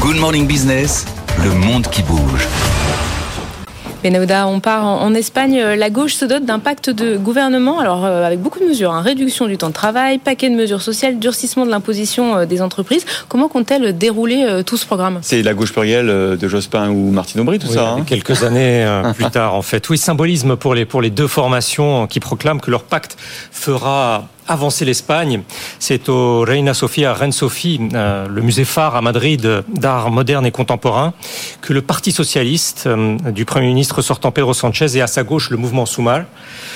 Good Morning Business, le monde qui bouge. Benahouda, on part en Espagne. La gauche se dote d'un pacte de gouvernement, alors avec beaucoup de mesures, réduction du temps de travail, paquet de mesures sociales, durcissement de l'imposition des entreprises. Comment compte-t-elle dérouler tout ce programme ? C'est la gauche plurielle de Jospin ou Martine Aubry, tout ça. Quelques années plus tard, en fait. Oui, symbolisme pour les deux formations qui proclament que leur pacte fera avancer l'Espagne. C'est au Reina Sofía, Reine Sophie, le musée phare à Madrid d'art moderne et contemporain, que le Parti socialiste du Premier ministre sortant Pedro Sánchez et à sa gauche le mouvement Sumar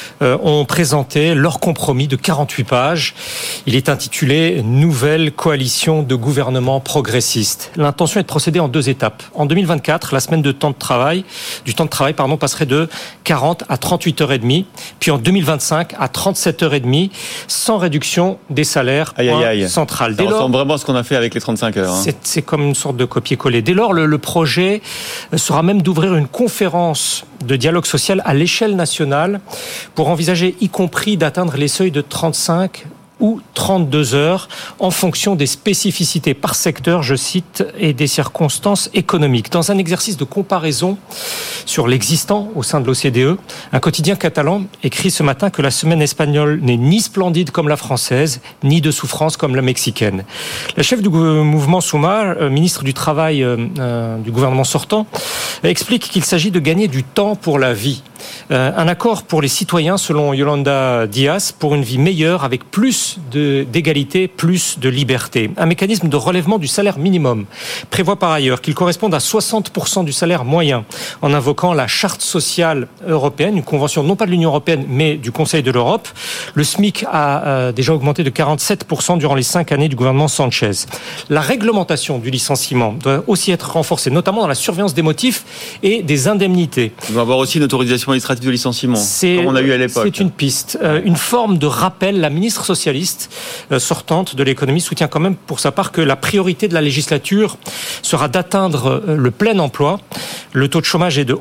ont présenté leur compromis de 48 pages. Il est intitulé « Nouvelle coalition de gouvernement progressiste ». L'intention est de procéder en 2 étapes. En 2024, la semaine du temps de travail passerait de 40 à 38 heures et demie, puis en 2025 à 37 heures et demie, sans réduction des salaires. Central. Ça ressemble vraiment à ce qu'on a fait avec les 35 heures. C'est comme une sorte de copier-coller. Dès lors, le projet sera même d'ouvrir une conférence de dialogue social à l'échelle nationale pour envisager, y compris, d'atteindre les seuils de 35 ou 32 heures en fonction des spécificités par secteur, je cite, et des circonstances économiques. Dans un exercice de comparaison sur l'existant au sein de l'OCDE, un quotidien catalan écrit ce matin que la semaine espagnole n'est ni splendide comme la française, ni de souffrance comme la mexicaine. La chef du mouvement Sumar, ministre du Travail du gouvernement sortant, explique qu'il s'agit de gagner du temps pour la vie. Un accord pour les citoyens, selon Yolanda Díaz, pour une vie meilleure avec plus d'égalité, plus de liberté. Un mécanisme de relèvement du salaire minimum prévoit par ailleurs qu'il corresponde à 60% du salaire moyen, en invoquant la charte sociale européenne, une convention non pas de l'Union européenne mais du Conseil de l'Europe. Le SMIC a déjà augmenté de 47% durant les 5 années du gouvernement Sanchez. La réglementation du licenciement doit aussi être renforcée, notamment dans la surveillance des motifs et des indemnités. Il doit y avoir aussi une autorisation administrative de licenciement, comme on a eu à l'époque. C'est une piste. Une forme de rappel. La ministre socialiste sortante de l'économie soutient quand même pour sa part que la priorité de la législature sera d'atteindre le plein emploi. Le taux de chômage est de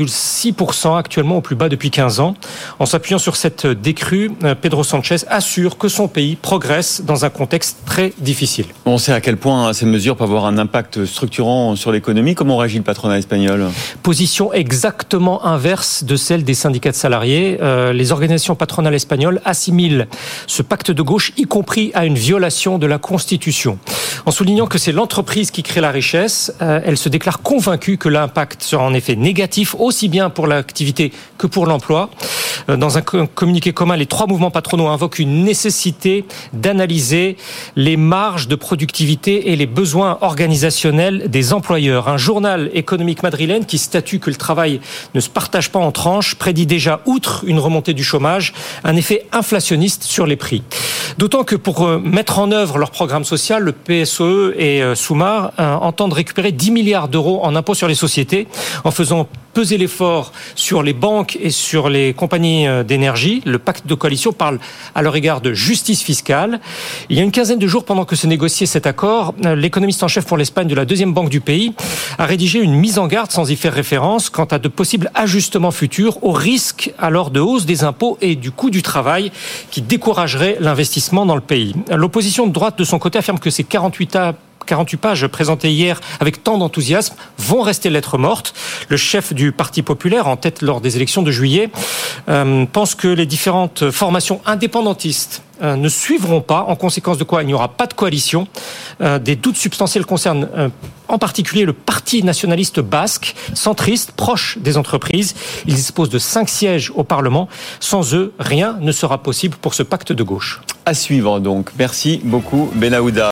11,6% actuellement, au plus bas depuis 15 ans. En s'appuyant sur cette décrue, Pedro Sánchez assure que son pays progresse dans un contexte très difficile. On sait à quel point ces mesures peuvent avoir un impact structurant sur l'économie. Comment réagit le patronat espagnol ? Position exactement inverse de celle des syndicats de salariés. Les organisations patronales espagnoles assimilent ce pacte de gauche, y compris à une violation de la Constitution. En soulignant que c'est l'entreprise qui crée la richesse, elle se déclare convaincue que l'impact sera en effet négatif, aussi bien pour l'activité que pour l'emploi. Dans un communiqué commun, les 3 mouvements patronaux invoquent une nécessité d'analyser les marges de productivité et les besoins organisationnels des employeurs. Un journal économique madrilène qui statue que le travail ne se partage pas en tranches prédit déjà, outre une remontée du chômage, un effet inflationniste sur les prix. D'autant que pour mettre en œuvre leur programme social, le PSOE et Sumar entendent récupérer 10 milliards d'euros en impôts sur les sociétés en faisant peser l'effort sur les banques et sur les compagnies d'énergie. Le pacte de coalition parle à leur égard de justice fiscale. Il y a une quinzaine de jours, pendant que se négociait cet accord, l'économiste en chef pour l'Espagne de la 2e banque du pays a rédigé une mise en garde sans y faire référence quant à de possibles ajustements futurs au risque alors de hausse des impôts et du coût du travail qui découragerait l'investissement dans le pays. L'opposition de droite, de son côté, affirme que ces 48 pages présentées hier avec tant d'enthousiasme vont rester lettre morte. Le chef du Parti populaire, en tête lors des élections de juillet, pense que les différentes formations indépendantistes ne suivront pas, en conséquence de quoi il n'y aura pas de coalition. Des doutes substantiels concernent en particulier le Parti nationaliste basque, centriste, proche des entreprises. Il dispose de 5 sièges au Parlement. Sans eux, rien ne sera possible pour ce pacte de gauche. À suivre donc. Merci beaucoup Benahouda.